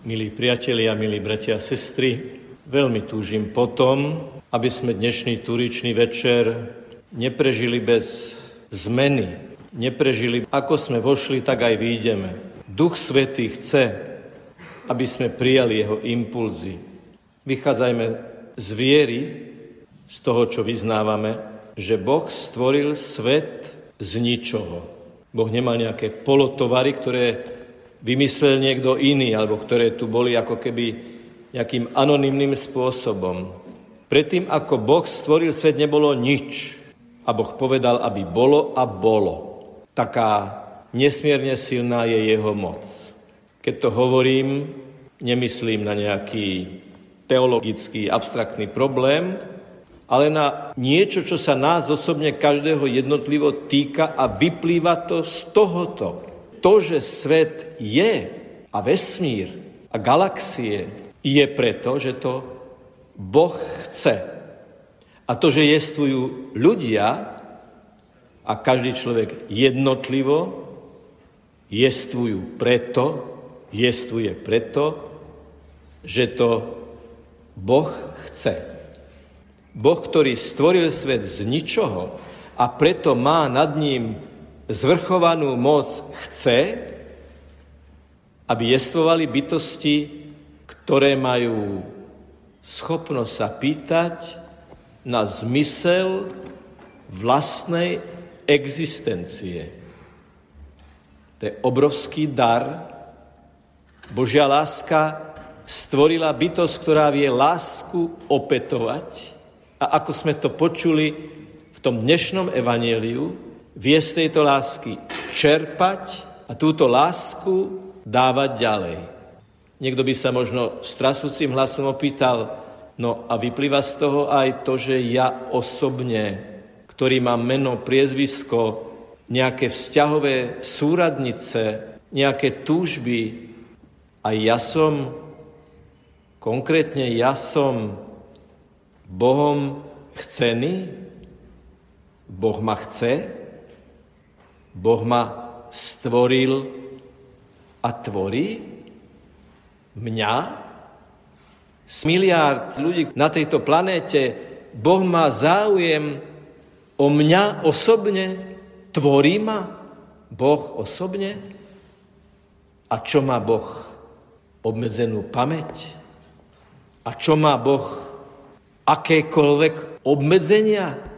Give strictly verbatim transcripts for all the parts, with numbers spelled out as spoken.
Milí priatelia, milí bratia a sestry, veľmi túžim potom, aby sme dnešný turičný večer neprežili bez zmeny. Neprežili, ako sme vošli, tak aj výjdeme. Duch Svätý chce, aby sme prijali jeho impulzy. Vychádzajme z viery, z toho, čo vyznávame, že Boh stvoril svet z ničoho. Boh nemal nejaké polotovary, ktoré vymyslel niekto iný, alebo ktoré tu boli ako keby nejakým anonymným spôsobom. Predtým, ako Boh stvoril svet, nebolo nič. A Boh povedal, aby bolo a bolo. Taká nesmierne silná je jeho moc. Keď to hovorím, nemyslím na nejaký teologický, abstraktný problém, ale na niečo, čo sa nás osobne každého jednotlivo týka a vyplýva to z tohoto. To, že svet je a vesmír a galaxie je preto, že to Boh chce. A to, že jestvujú ľudia a každý človek jednotlivo jestvujú preto, jestvuje preto, že to Boh chce. Boh, ktorý stvoril svet z ničoho a preto má nad ním zvrchovanú moc, chce, aby jestvovali bytosti, ktoré majú schopnosť sa pýtať na zmysel vlastnej existencie. To je obrovský dar. Božia láska stvorila bytosť, ktorá vie lásku opätovať. A ako sme to počuli v tom dnešnom evanjeliu, vie z tejto lásky čerpať a túto lásku dávať ďalej. Niekto by sa možno s trasúcim hlasom opýtal, no a vyplýva z toho aj to, že ja osobne, ktorý mám meno, priezvisko, nejaké vzťahové súradnice, nejaké túžby, aj ja som, konkrétne ja som Bohom chcený? Boh ma chce? Boh ma stvoril a tvorí mňa? Z miliárd ľudí na tejto planéte Boh má záujem o mňa osobne? Tvorí ma Boh osobne? A čo má Boh? Obmedzenú pamäť? A čo má Boh? Akékoľvek obmedzenia?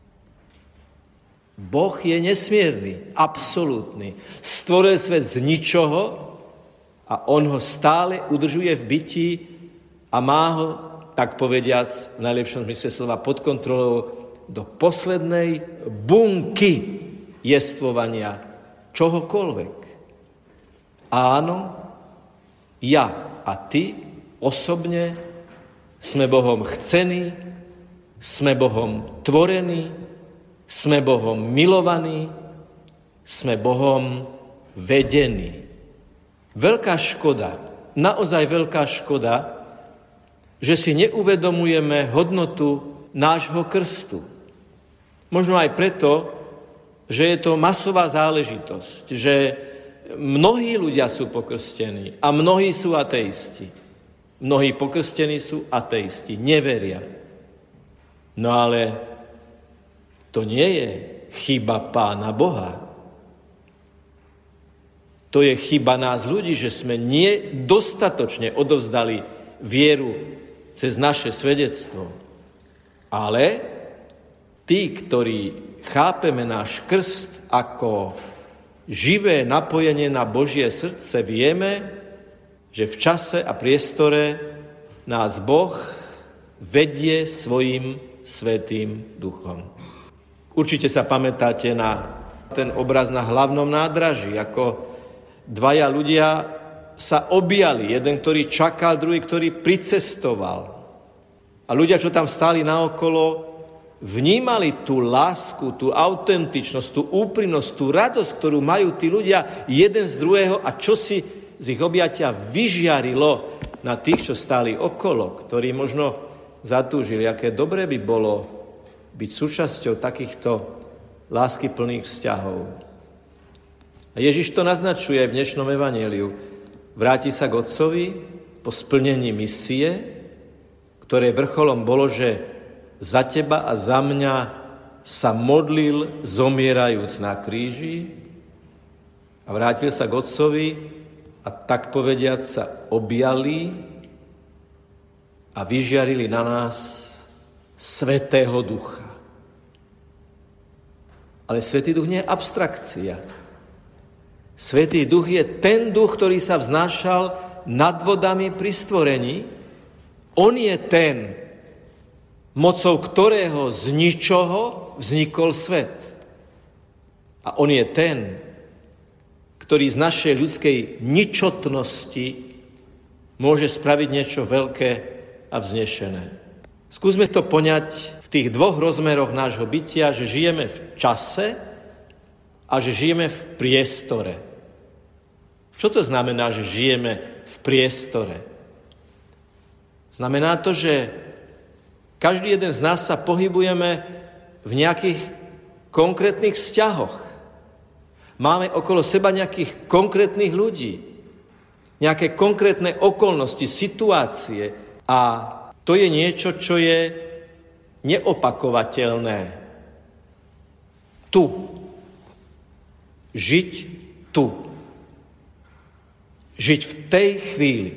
Boh je nesmierny, absolútny. Stvoril svet z ničoho a on ho stále udržuje v bytí a má ho, tak povediac, v najlepšom zmysle slova pod kontrolou do poslednej bunky jestvovania čohokoľvek. Áno, ja a ty osobne sme Bohom chcení, sme Bohom tvorení, sme Bohom milovaní, sme Bohom vedení. Veľká škoda, naozaj veľká škoda, že si neuvedomujeme hodnotu nášho krstu. Možno aj preto, že je to masová záležitosť, že mnohí ľudia sú pokrstení a mnohí sú ateisti. Mnohí pokrstení sú ateisti, neveria. No ale to nie je chyba Pána Boha. To je chyba nás ľudí, že sme nedostatočne odovzdali vieru cez naše svedectvo. Ale tí, ktorí chápeme náš krst ako živé napojenie na Božie srdce, vieme, že v čase a priestore nás Boh vedie svojim Svätým Duchom. Určite sa pamätáte na ten obraz na hlavnom nádraží, ako dvaja ľudia sa objali. Jeden, ktorý čakal, druhý, ktorý pricestoval. A ľudia, čo tam stáli naokolo, vnímali tú lásku, tú autentičnosť, tú úprimnosť, tú radosť, ktorú majú tí ľudia jeden z druhého a čo si z ich objatia vyžiarilo na tých, čo stáli okolo, ktorí možno zatúžili, aké dobre by bolo byť súčasťou takýchto láskyplných vzťahov. A Ježiš to naznačuje v dnešnom evanjeliu. vráti sa k Otcovi po splnení misie, ktoré vrcholom bolo, že za teba a za mňa sa modlil zomierajúc na kríži a vrátil sa k Otcovi a tak povediať sa objali a vyžiarili na nás Svätého Ducha. Ale Svätý Duch nie je abstrakcia. Svätý Duch je ten duch, ktorý sa vznášal nad vodami pri stvorení. On je ten, mocou ktorého z ničoho vznikol svet. A on je ten, ktorý z našej ľudskej ničotnosti môže spraviť niečo veľké a vznešené. Skúsme to poňať v tých dvoch rozmeroch nášho bytia, že žijeme v čase a že žijeme v priestore. Čo to znamená, že žijeme v priestore? Znamená to, že každý jeden z nás sa pohybujeme v nejakých konkrétnych vzťahoch. Máme okolo seba nejakých konkrétnych ľudí, nejaké konkrétne okolnosti, situácie a to je niečo, čo je neopakovateľné. Tu. Žiť tu. Žiť v tej chvíli.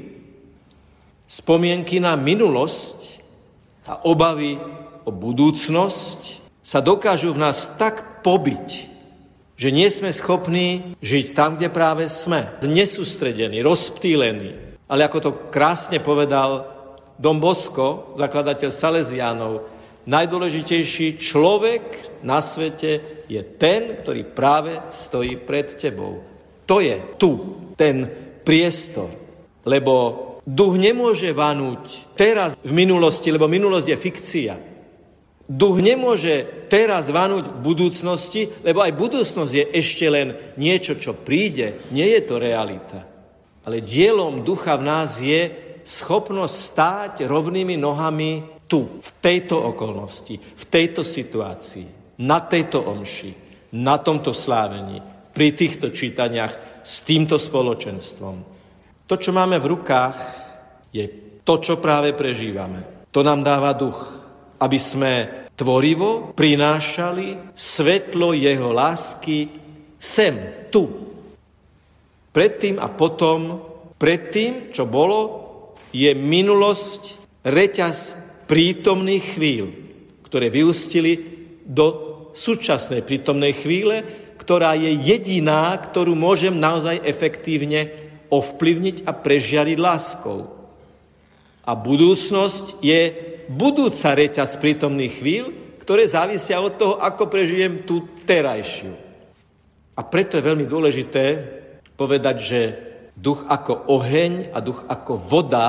Spomienky na minulosť a obavy o budúcnosť sa dokážu v nás tak pobiť, že nie sme schopní žiť tam, kde práve sme. Nesústredení, rozptýlení. Ale ako to krásne povedal Dom Bosco, zakladateľ Salesiánov, najdôležitejší človek na svete je ten, ktorý práve stojí pred tebou. To je tu, ten priestor. Lebo duch nemôže vanúť teraz v minulosti, lebo minulosť je fikcia. Duch nemôže teraz vanúť v budúcnosti, lebo aj budúcnosť je ešte len niečo, čo príde. Nie je to realita. Ale dielom ducha v nás je schopnosť stáť rovnými nohami tu, v tejto okolnosti, v tejto situácii, na tejto omši, na tomto slávení, pri týchto čítaniach, s týmto spoločenstvom. To, čo máme v rukách, je to, čo práve prežívame. To nám dáva duch, aby sme tvorivo prinášali svetlo jeho lásky sem, tu. Predtým a potom, predtým, čo bolo, je minulosť, reťaz prítomných chvíľ, ktoré vyústili do súčasnej prítomnej chvíle, ktorá je jediná, ktorú môžem naozaj efektívne ovplyvniť a prežiariť láskou. A budúcnosť je budúca reťaz prítomných chvíľ, ktoré závisia od toho, ako prežijem tú terajšiu. A preto je veľmi dôležité povedať, že duch ako oheň a duch ako voda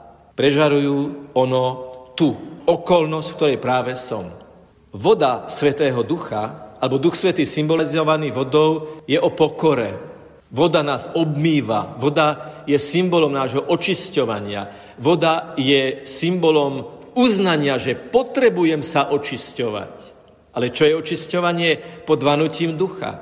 prežarujú ono tú okolnosť, v ktorej práve som. Voda Svätého Ducha, alebo Duch Svätý symbolizovaný vodou, je o pokore. Voda nás obmýva, voda je symbolom nášho očisťovania, voda je symbolom uznania, že potrebujem sa očisťovať. Ale čo je očisťovanie pod vanutím ducha?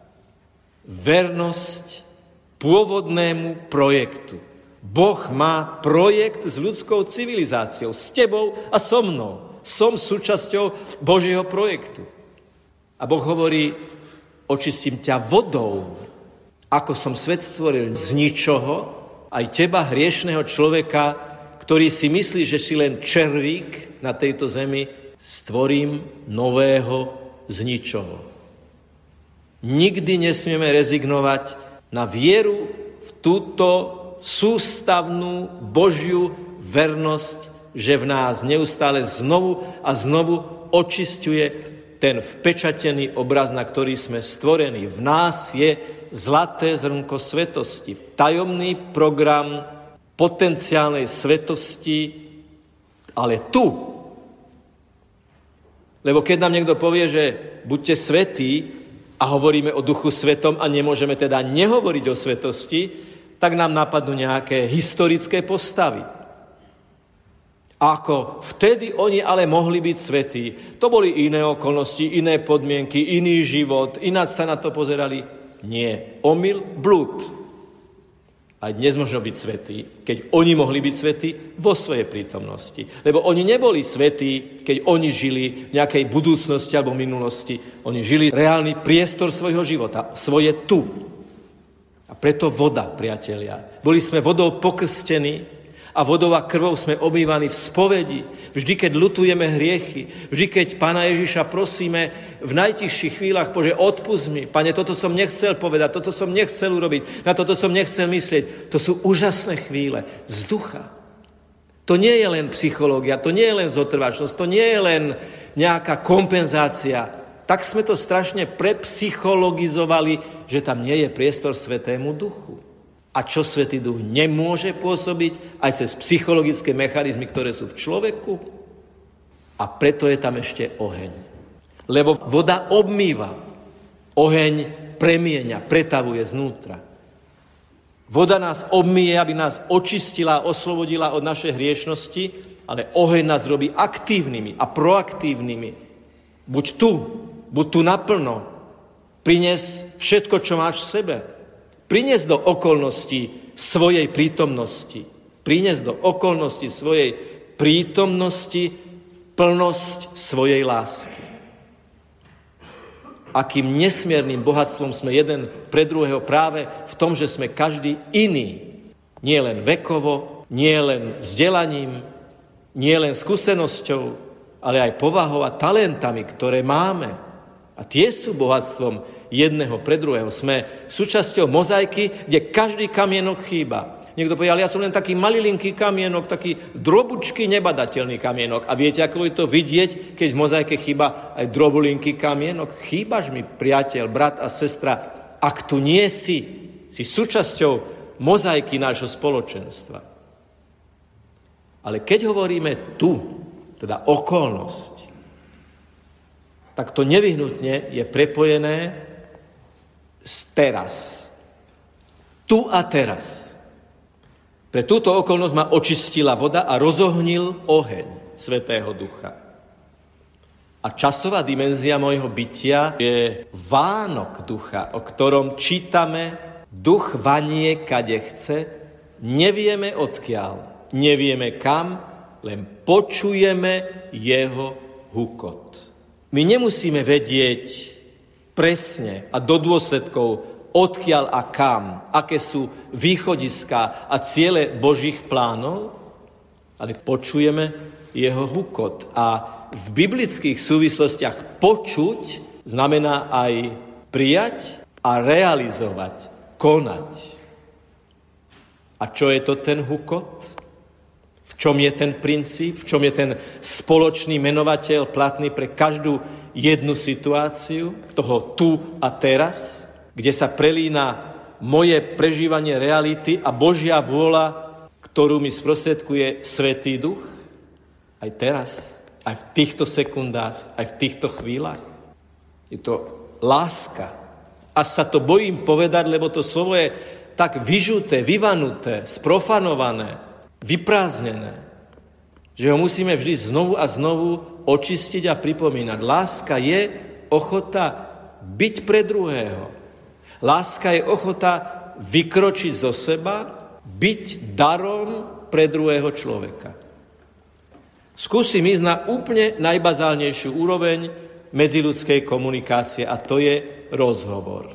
Vernosť pôvodnému projektu. Boh má projekt s ľudskou civilizáciou, s tebou a so mnou. Som súčasťou Božieho projektu. A Boh hovorí, očistím ťa vodou, ako som svet stvoril z ničoho, aj teba, hriešného človeka, ktorý si myslí, že si len červík na tejto zemi, stvorím nového z ničoho. Nikdy nesmieme rezignovať na vieru v túto sústavnú Božiu vernosť, že v nás neustále znovu a znovu očisťuje ten vpečatený obraz, na ktorý sme stvorení. V nás je zlaté zrnko svetosti, tajomný program potenciálnej svetosti, ale tu. Lebo keď nám niekto povie, že buďte svätí a hovoríme o Duchu Svetom a nemôžeme teda nehovoriť o svetosti, tak nám napadnú nejaké historické postavy. Ako vtedy oni ale mohli byť svätí. To boli iné okolnosti, iné podmienky, iný život, ináč sa na to pozerali. Nie. Omyl, blúd. A aj dnes možno byť svätí, keď oni mohli byť svätí vo svojej prítomnosti. Lebo oni neboli svätí, keď oni žili v nejakej budúcnosti alebo minulosti. Oni žili reálny priestor svojho života, svoje tu. A preto voda, priatelia. Boli sme vodou pokrstení a vodou a krvou sme obmývaní v spovedi. Vždy, keď ľutujeme hriechy, vždy, keď Pána Ježiša prosíme v najtižších chvíľach, Bože, odpusť mi. Pane, toto som nechcel povedať, toto som nechcel urobiť, na toto som nechcel myslieť. To sú úžasné chvíle z ducha. To nie je len psychológia, to nie je len zotrvačnosť, to nie je len nejaká kompenzácia. Tak sme to strašne prepsychologizovali, že tam nie je priestor Svätému Duchu. A čo Svätý Duch nemôže pôsobiť aj cez psychologické mechanizmy, ktoré sú v človeku? A preto je tam ešte oheň. Lebo voda obmýva. Oheň premieňa, pretavuje znútra. Voda nás obmýje, aby nás očistila a oslobodila od našej hriešnosti, ale oheň nás robí aktívnymi a proaktívnymi. Buď tu, buď tu naplno. Prines všetko, čo máš v sebe. Priniesť do okolností svojej prítomnosti. Priniesť do okolností svojej prítomnosti plnosť svojej lásky. Akým nesmierným bohatstvom sme jeden pre druhého práve v tom, že sme každý iný. Nie len vekovo, nie len vzdelaním, nie len skúsenosťou, ale aj povahou a talentami, ktoré máme. A tie sú bohatstvom jedného pre druhého. Sme súčasťou mozaiky, kde každý kamienok chýba. Niekto povie, ale ja som len taký malilinký kamienok, taký drobučký nebadateľný kamienok. A viete, ako je to vidieť, keď v mozaike chýba aj drobulinký kamienok? Chýbaš mi, priateľ, brat a sestra, ak tu nie si, si súčasťou mozaiky nášho spoločenstva. Ale keď hovoríme tu, teda okolnosť, tak to nevyhnutne je prepojené s teraz. Tu a teraz. Pre túto okolnosť ma očistila voda a rozohnil oheň Svätého Ducha. A časová dimenzia môjho bytia je Vánok Ducha, o ktorom čítame: Duch vanie, kade chce, nevieme odkiaľ, nevieme kam, len počujeme jeho hukot. My nemusíme vedieť presne a do dôsledkov, odkiaľ a kam, aké sú východiská a ciele Božích plánov, ale počujeme jeho hukot. A v biblických súvislostiach počuť znamená aj prijať a realizovať, konať. A čo je to ten hukot? V čom je ten princíp? V čom je ten spoločný menovateľ platný pre každú jednu situáciu, toho tu a teraz, kde sa prelína moje prežívanie reality a Božia vôľa, ktorú mi sprostredkuje Svätý Duch? Aj teraz, aj v týchto sekundách, aj v týchto chvíľach. Je to láska. Až sa to bojím povedať, lebo to slovo je tak vyžuté, vyvanuté, sprofanované, vyprázdnené, že ho musíme vždy znovu a znovu očistiť a pripomínať. Láska je ochota byť pre druhého. Láska je ochota vykročiť zo seba, byť darom pre druhého človeka. Skúsim ísť na úplne najbazálnejšiu úroveň medziľudskej komunikácie, a to je rozhovor.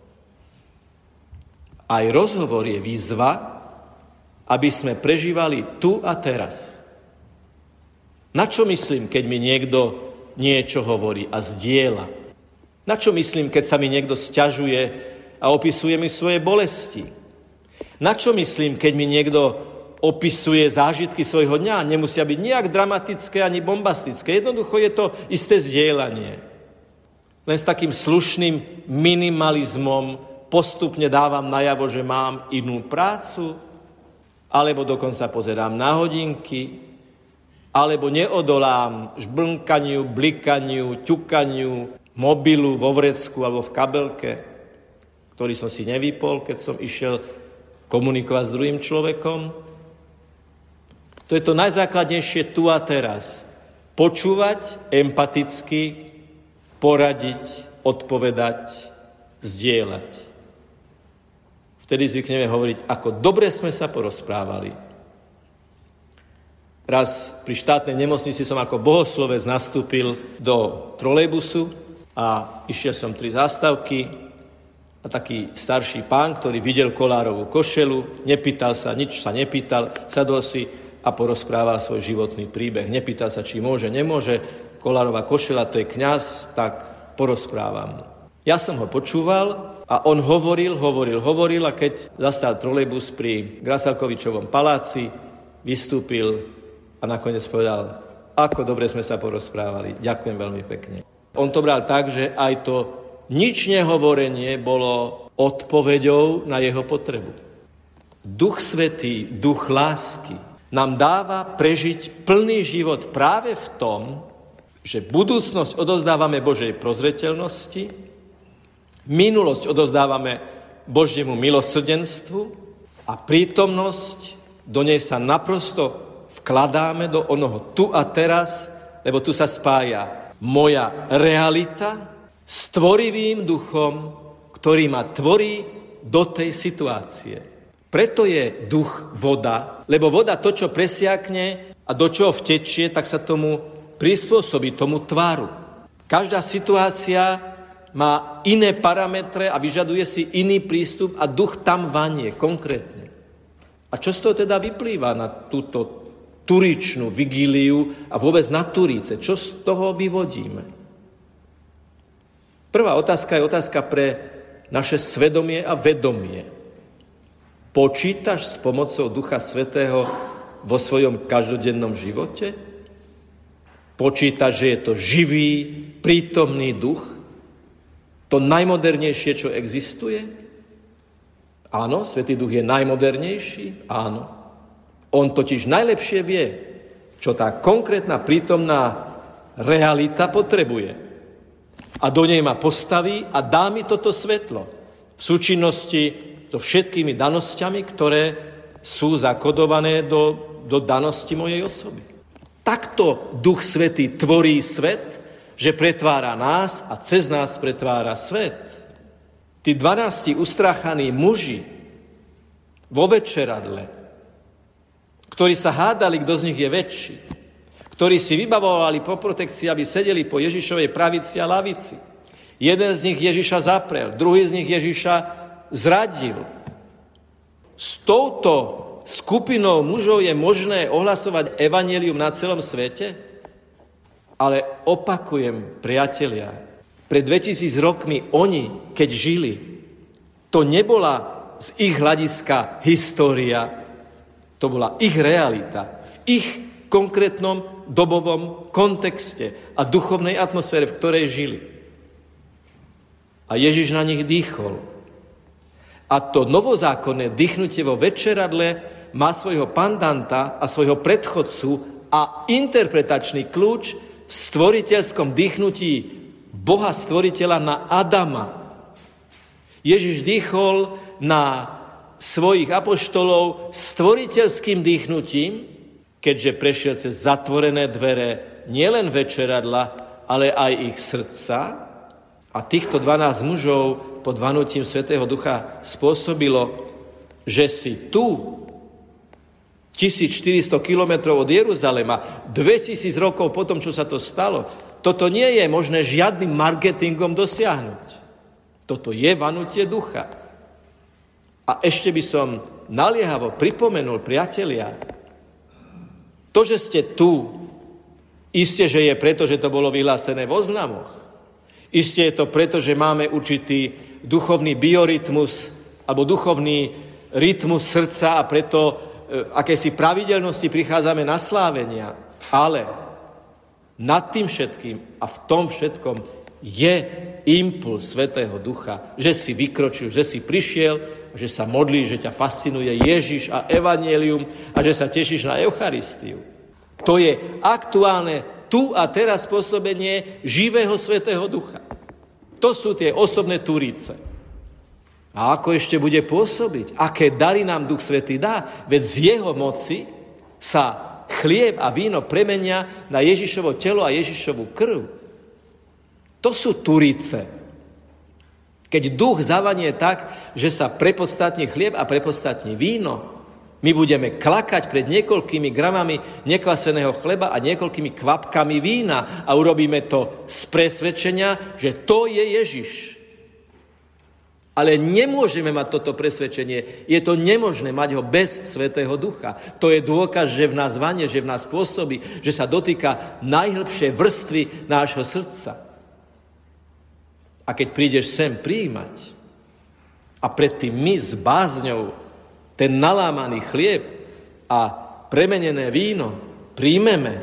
Aj rozhovor je výzva, aby sme prežívali tu a teraz. Na čo myslím, keď mi niekto niečo hovorí a zdieľa? Na čo myslím, keď sa mi niekto sťažuje a opisuje mi svoje bolesti? Na čo myslím, keď mi niekto opisuje zážitky svojho dňa? Nemusia byť nijak dramatické ani bombastické. Jednoducho je to isté zdieľanie. Len s takým slušným minimalizmom postupne dávam najavo, že mám inú prácu, alebo dokonca pozerám na hodinky, alebo neodolám žblnkaniu, blikaniu, ťukaniu mobilu vo vrecku alebo v kabelke, ktorý som si nevypol, keď som išiel komunikovať s druhým človekom. To je to najzákladnejšie tu a teraz. Počúvať empaticky, poradiť, odpovedať, zdieľať. V Vtedy zvykneme hovoriť, ako dobre sme sa porozprávali. Raz pri štátnej nemocnici som ako bohoslovec nastúpil do trolejbusu a išiel som tri zástavky a taký starší pán, ktorý videl kolárovú košelu, nepýtal sa, nič sa nepýtal, sadol si a porozprával svoj životný príbeh. Nepýtal sa, či môže, nemôže. Kolárová košela, to je kňaz, tak porozprávam mu. Ja som ho počúval a on hovoril, hovoril, hovoril a keď zastal trolejbus pri Grasalkovičovom paláci, vystúpil a nakoniec povedal, ako dobre sme sa porozprávali. Ďakujem veľmi pekne. On to bral tak, že aj to nič nehovorenie bolo odpoveďou na jeho potrebu. Duch Svätý, duch lásky nám dáva prežiť plný život práve v tom, že budúcnosť odovzdávame Božej prozreteľnosti, minulosť odovzdávame Božiemu milosrdenstvu a prítomnosť do nej sa naprosto vkladáme do onoho tu a teraz, lebo tu sa spája moja realita s tvorivým duchom, ktorý ma tvorí do tej situácie. Preto je duch voda, lebo voda to, čo presiakne a do čoho vtečie, tak sa tomu prispôsobí, tomu tváru. Každá situácia má iné parametre a vyžaduje si iný prístup a duch tam vanie konkrétne. A čo z toho teda vyplýva na túto turičnú vigíliu a vôbec na Turíce? Čo z toho vyvodíme? Prvá otázka je otázka pre naše svedomie a vedomie. Počítaš s pomocou Ducha Svätého vo svojom každodennom živote? Počítaš, že je to živý, prítomný duch? To najmodernejšie, čo existuje? Áno, Svätý Duch je najmodernejší? Áno. On totiž najlepšie vie, čo tá konkrétna prítomná realita potrebuje. A do nej ma postaví a dá mi toto svetlo v súčinnosti so všetkými danosťami, ktoré sú zakodované do, do danosti mojej osoby. Takto Duch Svätý tvorí svet, že pretvára nás a cez nás pretvára svet. Tí dvanásti ustráchaní muži vo večeradle, ktorí sa hádali, kto z nich je väčší, ktorí si vybavovali po protekcii, aby sedeli po Ježišovej pravici a lavici. Jeden z nich Ježiša zaprel, druhý z nich Ježiša zradil. S touto skupinou mužov je možné ohlasovať evanjelium na celom svete? Ale opakujem, priatelia, pred dvetisíc rokmi oni, keď žili, to nebola z ich hľadiska história, to bola ich realita v ich konkrétnom dobovom kontexte a duchovnej atmosfére, v ktorej žili. A Ježiš na nich dýchol. A to novozákonné dýchnutie vo večeradle má svojho pandanta a svojho predchodcu a interpretačný kľúč v stvoriteľskom dýchnutí Boha stvoriteľa na Adama. Ježiš dýchol na svojich apoštolov stvoriteľským dýchnutím, keďže prešiel cez zatvorené dvere nielen večeradla, ale aj ich srdca. A týchto dvanásť mužov pod vanutím Svätého Ducha spôsobilo, že si tu tisícštyristo kilometrov od Jeruzalema, dvetisíc rokov potom, čo sa to stalo, toto nie je možné žiadnym marketingom dosiahnuť. Toto je vanutie ducha. A ešte by som naliehavo pripomenul, priatelia, to, že ste tu, isté, že je preto, že to bolo vyhlásené v oznamoch. Isté je to preto, že máme určitý duchovný biorytmus alebo duchovný rytmus srdca a preto e, akési pravidelnosti prichádzame na slávenia. Ale nad tým všetkým a v tom všetkom je impuls Svätého Ducha, že si vykročil, že si prišiel, že sa modlíš, že ťa fascinuje Ježiš a evanjelium a že sa tešíš na Eucharistiu. To je aktuálne tu a teraz pôsobenie živého Svätého Ducha. To sú tie osobné turíce. A ako ešte bude pôsobiť? Aké dary nám Duch Svätý dá? Veď z jeho moci sa chlieb a víno premenia na Ježišovo telo a Ježišovu krv. To sú turíce. Keď duch zavanie tak, že sa prepodstatní chlieb a prepodstatní víno, my budeme klakať pred niekoľkými gramami nekvaseného chleba a niekoľkými kvapkami vína a urobíme to z presvedčenia, že to je Ježiš. Ale nemôžeme mať toto presvedčenie. Je to nemožné mať ho bez Svätého Ducha. To je dôkaz, že v nás vanie, že v nás pôsobí, že sa dotýka najhlbšej vrstvy nášho srdca. A keď prídeš sem prijímať a predtým my s bázňou ten nalámaný chlieb a premenené víno príjmeme,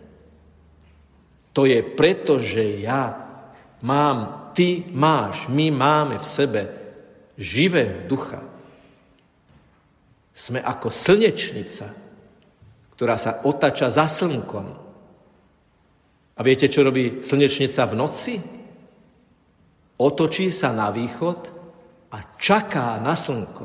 to je preto, že ja mám, ty máš, my máme v sebe živého ducha. Sme ako slnečnica, ktorá sa otáča za slnkom. A viete, čo robí slnečnica v noci? Otočí sa na východ a čaká na slnko.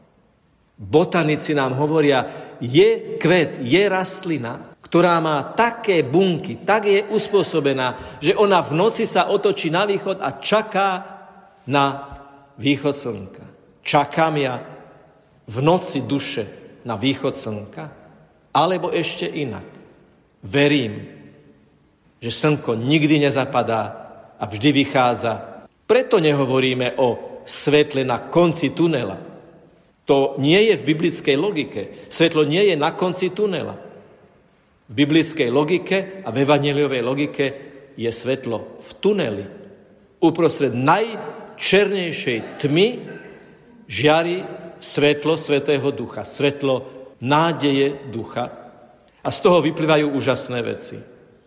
Botanici nám hovoria, je kvet, je rastlina, ktorá má také bunky, tak je uspôsobená, že ona v noci sa otočí na východ a čaká na východ slnka. Čakám ja v noci duše na východ slnka? Alebo ešte inak. Verím, že slnko nikdy nezapadá a vždy vychádza. Preto nehovoríme o svetle na konci tunela. To nie je v biblickej logike. Svetlo nie je na konci tunela. V biblickej logike a v evanjeliovej logike je svetlo v tuneli. Uprostred najčernejšej tmy žiari svetlo Svätého Ducha. Svetlo nádeje Ducha. A z toho vyplývajú úžasné veci.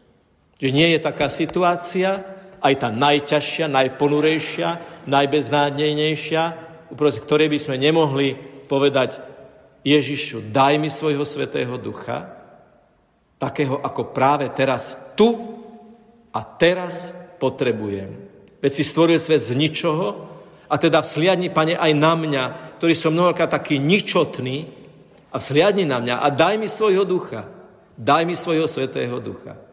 Že nie je taká situácia, aj tá najťažšia, najponurejšia, najbeznádejnejšia, uprostred ktorej by sme nemohli povedať Ježišu, daj mi svojho Svätého Ducha, takého ako práve teraz tu a teraz potrebujem. Veď si stvoril svet z ničoho a teda vzhliadni, Pane, aj na mňa, ktorý som mnohokrát taký ničotný, a vzhliadni na mňa a daj mi svojho ducha, daj mi svojho Svätého Ducha.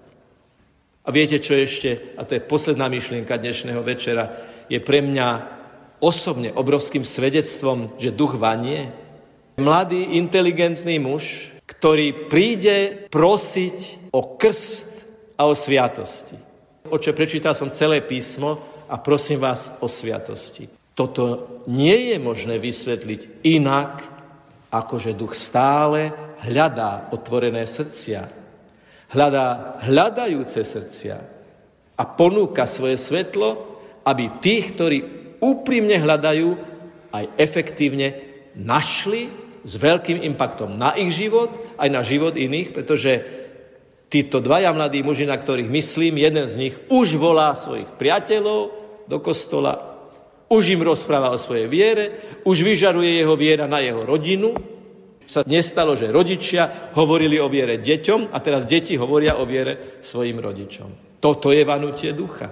A viete, čo ešte, a to je posledná myšlienka dnešného večera, je pre mňa osobne obrovským svedectvom, že duch vanie. Mladý, inteligentný muž, ktorý príde prosiť o krst a o sviatosti. Oče, prečítal som celé písmo a prosím vás o sviatosti. Toto nie je možné vysvetliť inak, ako že duch stále hľadá otvorené srdcia. Hľadá hľadajúce srdcia a ponúka svoje svetlo, aby tých, ktorí úprimne hľadajú, aj efektívne našli s veľkým impaktom na ich život, aj na život iných, pretože títo dvaja mladí muži, na ktorých myslím, jeden z nich už volá svojich priateľov do kostola, už im rozpráva o svojej viere, už vyžaruje jeho viera na jeho rodinu. Sa nestalo, že rodičia hovorili o viere deťom a teraz deti hovoria o viere svojim rodičom. Toto je vanutie ducha.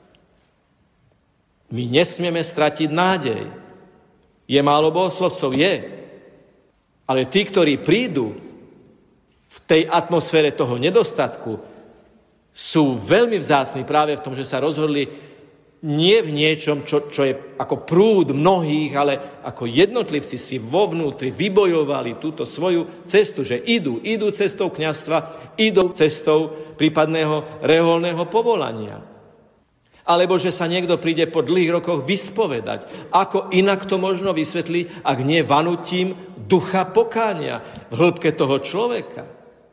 My nesmieme stratiť nádej. Je málo bohoslovcov? Je. Ale tí, ktorí prídu v tej atmosfére toho nedostatku, sú veľmi vzácni práve v tom, že sa rozhodli nie v niečom, čo, čo je ako prúd mnohých, ale ako jednotlivci si vo vnútri vybojovali túto svoju cestu, že idú, idú cestou kňazstva, idú cestou prípadného reholného povolania. Alebo že sa niekto príde po dlhých rokoch vyspovedať. Ako inak to možno vysvetliť, ak nie vanutím ducha pokánia v hĺbke toho človeka.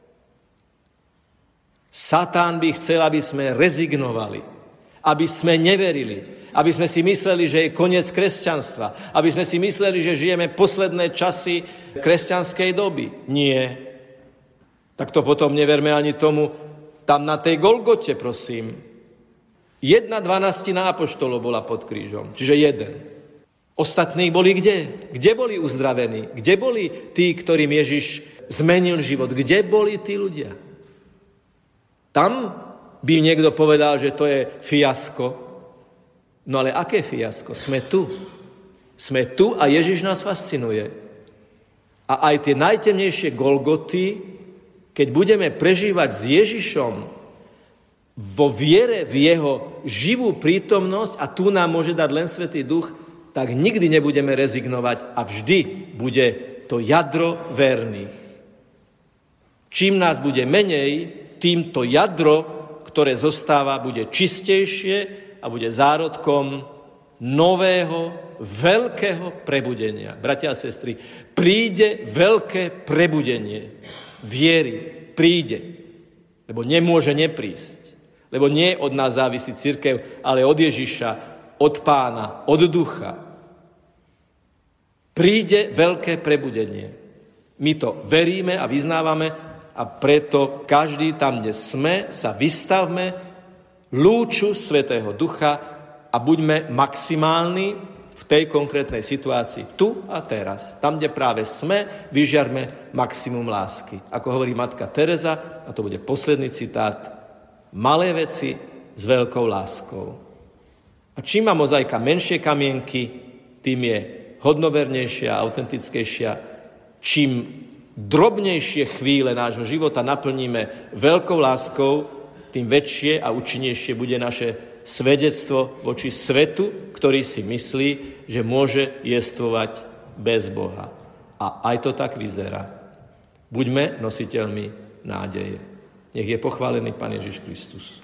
Satán by chcel, aby sme rezignovali, aby sme neverili, aby sme si mysleli, že je koniec kresťanstva, aby sme si mysleli, že žijeme posledné časy kresťanskej doby. Nie. Tak to potom neverme ani tomu, tam na tej Golgote, prosím. Jedna dvanástina apoštolov bola pod krížom, čiže jeden. Ostatní boli kde? Kde boli uzdravení? Kde boli tí, ktorým Ježiš zmenil život? Kde boli tí ľudia? Tam by niekto povedal, že to je fiasko. No ale aké fiasko? Sme tu. Sme tu a Ježiš nás fascinuje. A aj tie najtemnejšie Golgoty, keď budeme prežívať s Ježišom vo viere v jeho živú prítomnosť, a tu nám môže dať len Svätý Duch, tak nikdy nebudeme rezignovať a vždy bude to jadro verných. Čím nás bude menej, tým to jadro, ktoré zostáva, bude čistejšie a bude zárodkom nového, veľkého prebudenia. Bratia a sestry, príde veľké prebudenie viery. Príde. Lebo nemôže neprísť. Lebo nie od nás závisí cirkev, ale od Ježiša, od Pána, od Ducha. Príde veľké prebudenie. My to veríme a vyznávame a preto každý tam, kde sme, sa vystavme lúču Svätého Ducha a buďme maximálni v tej konkrétnej situácii, tu a teraz. Tam, kde práve sme, vyžiarme maximum lásky. Ako hovorí matka Teresa, a to bude posledný citát, malé veci s veľkou láskou. A čím má mozaika menšie kamienky, tým je hodnovernejšia a autentickejšia. Čím drobnejšie chvíle nášho života naplníme veľkou láskou, tým väčšie a účinnejšie bude naše svedectvo voči svetu, ktorý si myslí, že môže jestvovať bez Boha. A aj to tak vyzerá. Buďme nositeľmi nádeje. Nech je pochválený Pán Ježiš Kristus.